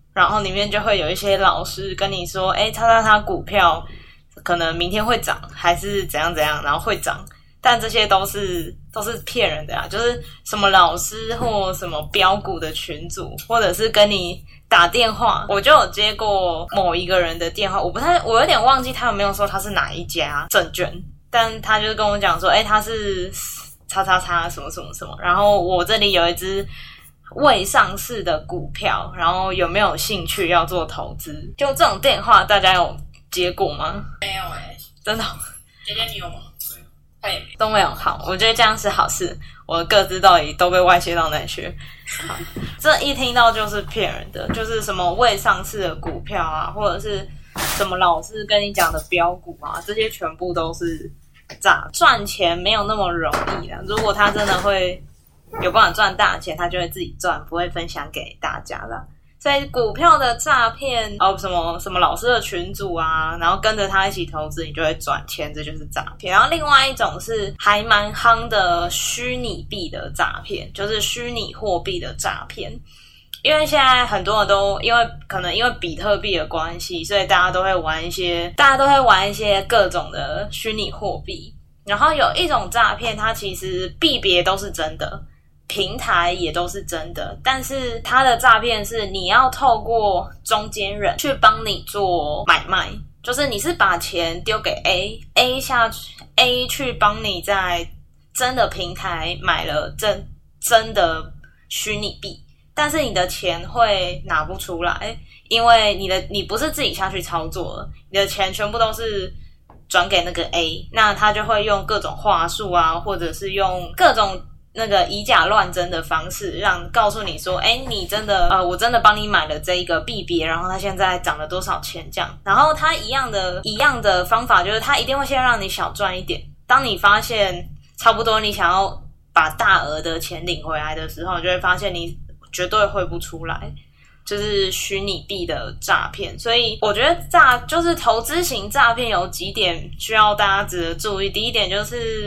然后里面就会有一些老师跟你说，诶，叉叉叉股票可能明天会涨，还是怎样怎样，然后会涨，但这些都是都是骗人的啊，就是什么老师或什么标股的群组，或者是跟你打电话，我就有接过某一个人的电话，我不太，我有点忘记他有没有说他是哪一家证券，但他就是跟我讲说，诶，他是叉叉叉什么什么什么，然后我这里有一只未上市的股票，然后有没有兴趣要做投资？就这种电话，大家有接过吗？ 没有哎、欸， 真的？ 姐姐你有吗？他也没都没有。好，我觉得这样是好事，我的个资到底都被外泄到哪去？好，这一听到就是骗人的，就是什么未上市的股票啊，或者是什么老师跟你讲的标股啊，这些全部都是诈，赚钱没有那么容易的。如果他真的会有办法赚大钱，他就会自己赚，不会分享给大家啦。所以股票的诈骗哦，什么什么老师的群组啊，然后跟着他一起投资，你就会赚钱，这就是诈骗。然后另外一种是还蛮夯的虚拟币的诈骗，就是虚拟货币的诈骗。因为现在很多人都因为可能因为比特币的关系，所以大家都会玩一些，大家都会玩一些各种的虚拟货币。然后有一种诈骗，它其实币别都是真的，平台也都是真的，但是它的诈骗是你要透过中间人去帮你做买卖，就是你是把钱丢给 A，A 下去 A 去帮你在真的平台买了真真的虚拟币，但是你的钱会拿不出来，因为你的你不是自己下去操作了，你的钱全部都是转给那个 A， 那他就会用各种话术啊，或者是用各种那个以假乱真的方式，让告诉你说，哎，你真的呃，我真的帮你买了这一个币别，然后它现在涨了多少钱这样。然后它一样的一样的方法，就是它一定会先让你小赚一点。当你发现差不多你想要把大额的钱领回来的时候，你就会发现你绝对汇不出来。就是虚拟币的诈骗，所以我觉得诈就是投资型诈骗有几点需要大家值得注意。第一点就是，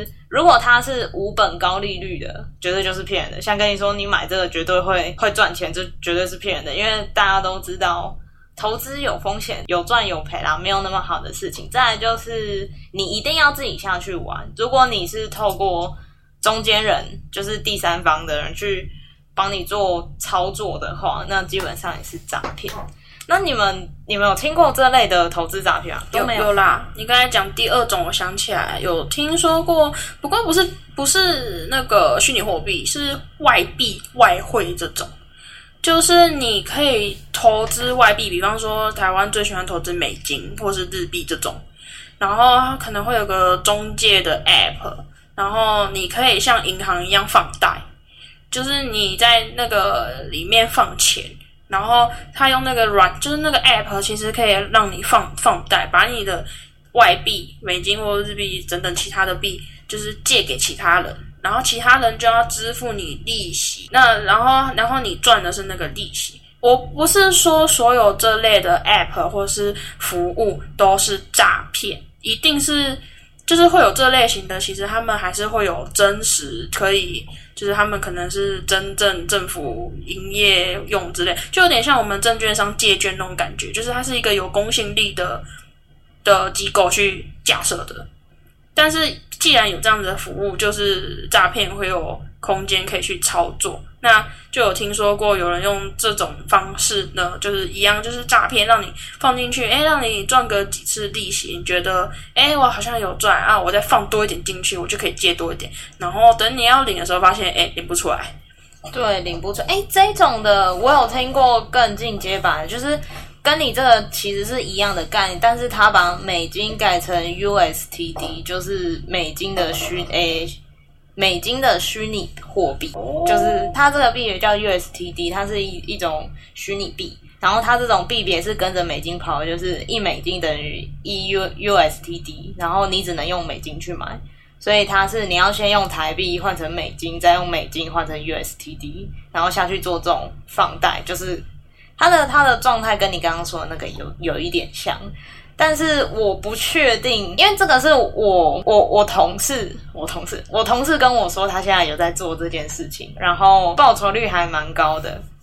如果它是无本高利率的，绝对就是骗人的。像跟你说你买这个绝对会会赚钱，这绝对是骗人的，因为大家都知道投资有风险，有赚有赔啦，没有那么好的事情。再来就是你一定要自己下去玩，如果你是透过中间人，就是第三方的人去帮你做操作的话，那基本上也是诈骗。那你们你们有听过这类的投资诈骗啊？都没有。 有啦，你刚才讲第二种，我想起来有听说过，不过不是不是那个虚拟货币，是外币外汇这种。就是你可以投资外币，比方说台湾最喜欢投资美金或是日币这种，然后它可能会有个中介的 app， 然后你可以像银行一样放贷。就是你在那个里面放钱，然后他用那个软，就是那个 app 其实可以让你放放贷，把你的外币、美金或日币等等其他的币，就是借给其他人，然后其他人就要支付你利息。那然后然后你赚的是那个利息。我不是说所有这类的 app 或是服务都是诈骗，一定是就是会有这类型的，其实他们还是会有真实可以。就是他们可能是真正政府营业用之类，就有点像我们证券商借券那种感觉，就是它是一个有公信力的的机构去架设的。但是既然有这样子的服务，就是诈骗会有空间可以去操作。那就有听说过有人用这种方式呢，就是一样就是诈骗，让你放进去，诶让你赚个几次利息，你觉得诶我好像有赚啊，我再放多一点进去，我就可以借多一点，然后等你要领的时候发现诶领不出来。 对，领不出来。诶这种的我有听过更进阶版的，就是跟你这个其实是一样的概念，但是他把美金改成 U S T D， 就是美金的虚诶美金的虚拟货币，就是它这个币别叫 U S T D， 它是一一种虚拟币，然后它这种币别是跟着美金跑的，就是一美金等于一 U S T D， 然后你只能用美金去买，所以它是你要先用台币换成美金，再用美金换成 U S T D， 然后下去做这种放贷，就是它的它的状态跟你刚刚说的那个有有一点像。但是我不确定，因为这个是我我我同事，我同事，我同事跟我说他现在有在做这件事情，然后报酬率还蛮高的。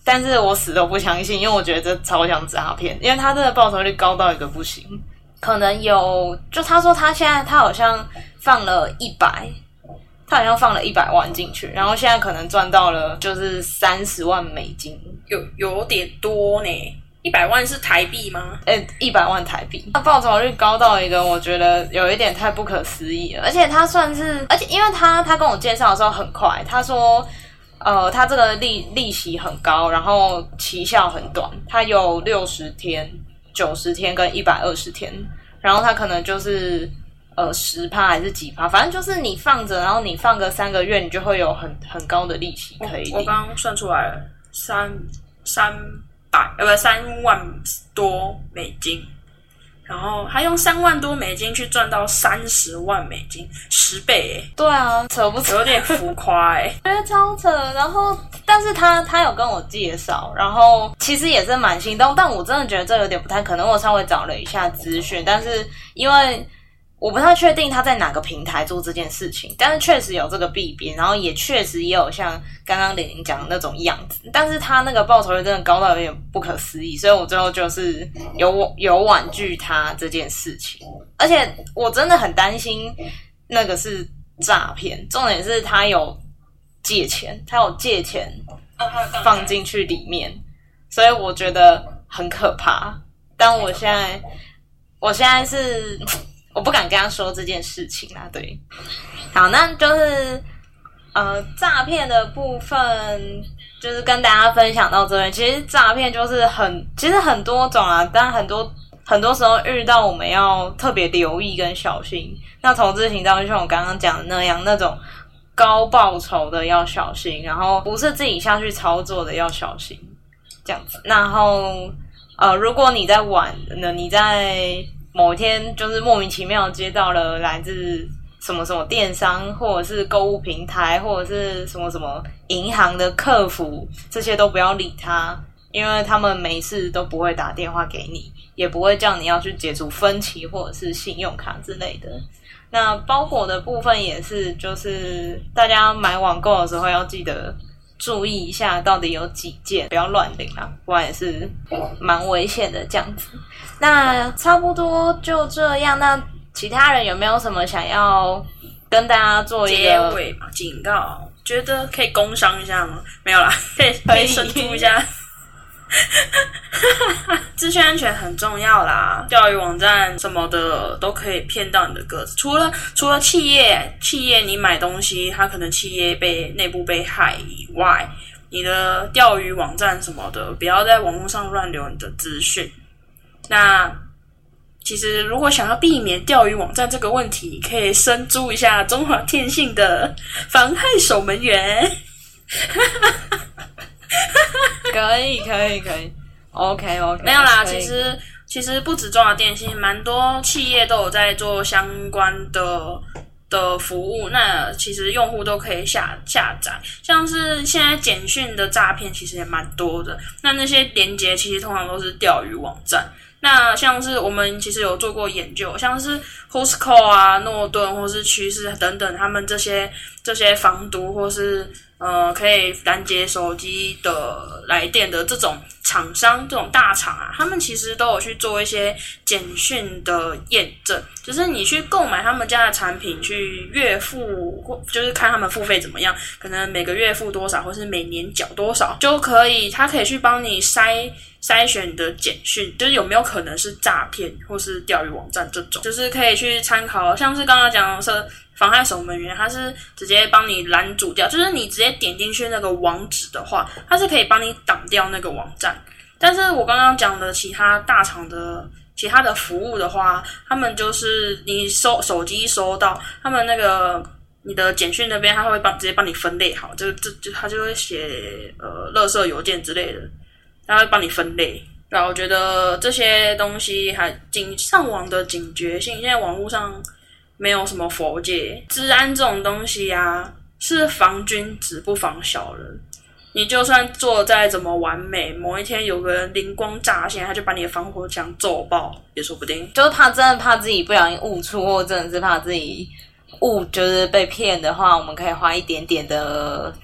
但是我死都不相信，因为我觉得这超像诈骗，因为他真的报酬率高到一个不行，可能有，就他说他现在他好像放了一百，他好像放了一百万进去，然后现在可能赚到了就是三十万美金， 有有点多呢。一百万是台币吗？ 诶，一百万台币，他报酬率高到一个我觉得有一点太不可思议了，而且他算是，而且因为他他跟我介绍的时候很快，他说。呃，它这个利利息很高，然后期效很短，它有六十天、九十天跟一百二十天，然后它可能就是呃十趴还是几趴，反正就是你放着，然后你放个三个月，你就会有很很高的利息可以领。 我刚刚算出来了，三三百呃不三万多美金。然后他用三万多美金去赚到三十万美金，十倍哎！ 对啊，扯不扯？ 有点浮夸哎， 觉得超扯。然后，但是他他有跟我介绍，然后其实也是蛮心动，但我真的觉得这有点不太可能。我稍微找了一下资讯，但是因为我不太确定他在哪个平台做这件事情，但是确实有这个弊边，然后也确实也有像刚刚玲玲讲的那种样子，但是他那个报酬率真的高到有点不可思议，所以我最后就是有有婉拒他这件事情，而且我真的很担心那个是诈骗，重点是他有借钱，他有借钱放进去里面，所以我觉得很可怕。但我现在我现在是我不敢跟他说这件事情啦，对。好，那就是呃诈骗的部分，就是跟大家分享到这边。其实诈骗就是很，其实很多种啊，但很多很多时候遇到我们要特别留意跟小心。那投资型道就像我刚刚讲的那样，那种高报酬的要小心，然后不是自己下去操作的要小心，这样子。然后呃，如果你在玩呢，你在某一天就是莫名其妙接到了来自什么什么电商或者是购物平台或者是什么什么银行的客服，这些都不要理他，因为他们没事都不会打电话给你，也不会叫你要去解除分期或者是信用卡之类的。那包裹的部分也是，就是大家买网购的时候要记得注意一下到底有几件，不要乱领啦，不然也是蛮危险的这样子。那差不多就这样，那其他人有没有什么想要跟大家做一个结尾嘛？警告，觉得可以工商一下吗？没有啦，可以可以深度一下。资讯安全很重要啦，钓鱼网站什么的都可以骗到你的个子。除了除了企业，企业你买东西，它可能企业被内部被害以外，你的钓鱼网站什么的，不要在网络上乱留你的资讯。那其实如果想要避免钓鱼网站这个问题，可以深租一下中华电信的妨害守门员。 可以可以可以 OK OK 没有啦，其实其实不止中华电信，蛮多企业都有在做相关的的服务，那其实用户都可以下下载，像是现在简讯的诈骗其实也蛮多的，那那些连结其实通常都是钓鱼网站。那像是我们其实有做过研究，像是 Costco 啊、诺顿或是趋势等等，他们这些这些防毒或是呃可以拦截手机的来电的这种厂商，这种大厂啊，他们其实都有去做一些简讯的验证，就是你去购买他们家的产品，去月付或就是看他们付费怎么样，可能每个月付多少，或是每年缴多少，就可以，他可以去帮你筛。筛选你的简讯，就是有没有可能是诈骗或是钓鱼网站这种，就是可以去参考，像是刚刚讲的是妨害守门员，它是直接帮你拦阻掉，就是你直接点进去那个网址的话，它是可以帮你挡掉那个网站。但是我刚刚讲的其他大厂的其他的服务的话，他们就是你收手机收到，他们那个你的简讯那边，他会帮直接帮你分类好，这这就他就会写呃垃圾邮件之类的。他会帮你分类，然后我觉得这些东西还警上网的警觉性，现在网络上没有什么佛界，治安这种东西啊，是防君子不防小人。你就算做再怎么完美，某一天有个人灵光乍现，他就把你的防火墙揍爆，也说不定。 就是怕真的怕自己不小心误触，或真的是怕自己误就是被骗的话，我们可以花一点点的钱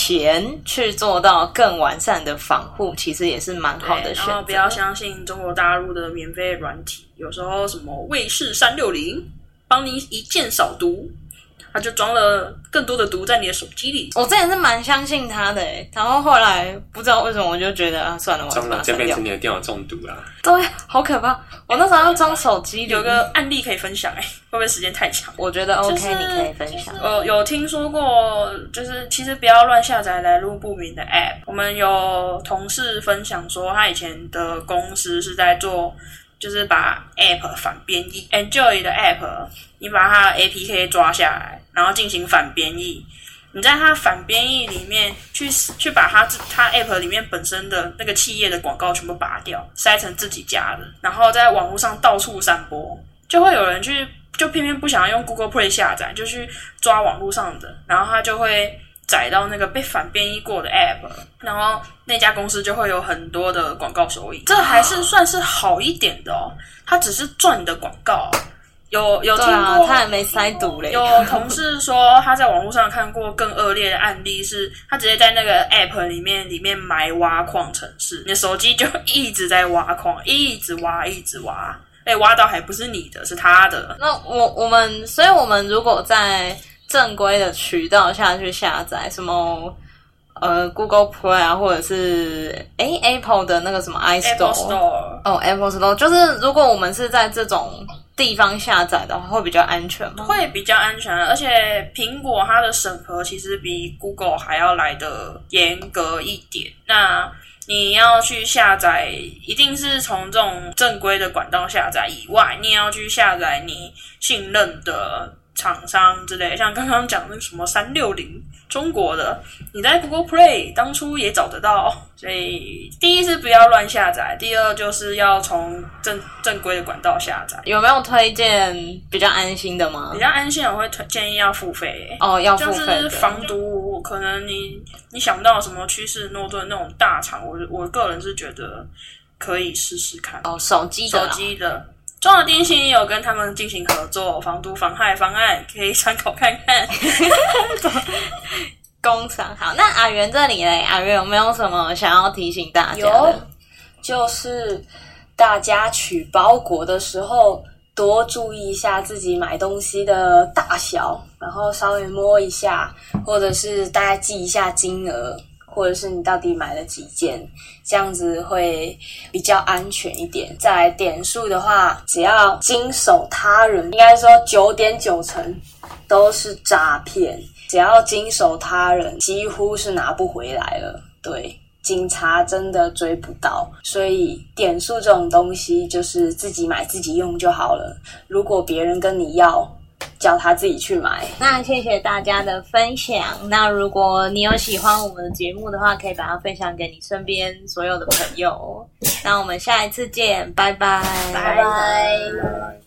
钱去做到更完善的防护，其实也是蛮好的选择。 然后不要相信中国大陆的免费软体，有时候什么卫士三六零帮你一键扫毒，他就装了更多的毒在你的手机里。 我之前是蛮相信他的耶，然后后来不知道为什么我就觉得啊，算了，我装了就变成你的电脑中毒啦。 对，好可怕！我那时候要装手机里， 有个案例可以分享，哎，会不会时间太长？ 我觉得 OK，、 就是、 你可以分享。 呃，有听说过，就是其实不要乱下载来路不明的 App。我们有同事分享说，他以前的公司是在做。就是把 App 反编译 ，Enjoy 的 App， 你把它的 A P K 抓下来，然后进行反编译。你在它反编译里面去去把它它 App 里面本身的那个企业的广告全部拔掉，塞成自己家的，然后在网络上到处散播，就会有人去就偏偏不想要用 Google Play 下载，就去抓网络上的，然后他就会载到那个被反编译过的 App， 然后那家公司就会有很多的广告收益，这还是算是好一点的哦。它只是赚你的广告，有有听过， 对啊，他也没塞毒嘞。 有同事说他在网络上看过更恶劣的案例是，他直接在那个 App 里面里面埋挖矿程式，你的手机就一直在挖矿，一直挖，一直挖，哎，挖到还不是你的，是他的。 那我我们，所以我们如果在正规的渠道下去下载什么呃 Google Play 啊，或者是诶 Apple 的那个什么 iStore Store 哦 Apple Store， 就是如果我们是在这种地方下载的话，会比较安全吗？ 会比较安全，而且苹果它的审核其实比 Google 还要来得严格一点。那你要去下载，一定是从这种正规的管道下载以外，你也要去下载你信任的厂商之类，像刚刚讲那个什么三六零中国的，你在 Google Play 当初也找得到。所以第一是不要乱下载，第二就是要从正正规的管道下载。 有没有推荐比较安心的吗？ 比较安心我会建议要付费。 哦，要付费的。 就是防毒，可能你你想不到什么趋势诺顿那种大厂，我我个人是觉得可以试试看。 哦，手机的手机的。中华电信也有跟他们进行合作，防毒防害方案可以参考看看。 工厂好，那阿元这里嘞，阿元有没有什么想要提醒大家的？ 有，就是大家取包裹的时候多注意一下自己买东西的大小，然后稍微摸一下，或者是大概记一下金额，或者是你到底买了几件，这样子会比较安全一点。再来点数的话，只要经手他人，应该说九点九成都是诈骗，只要经手他人，几乎是拿不回来了。对，警察真的追不到，所以点数这种东西就是自己买自己用就好了。如果别人跟你要，叫他自己去买。 那谢谢大家的分享。那如果你有喜欢我们的节目的话，可以把它分享给你身边所有的朋友。那我们下一次见，拜拜， 拜拜。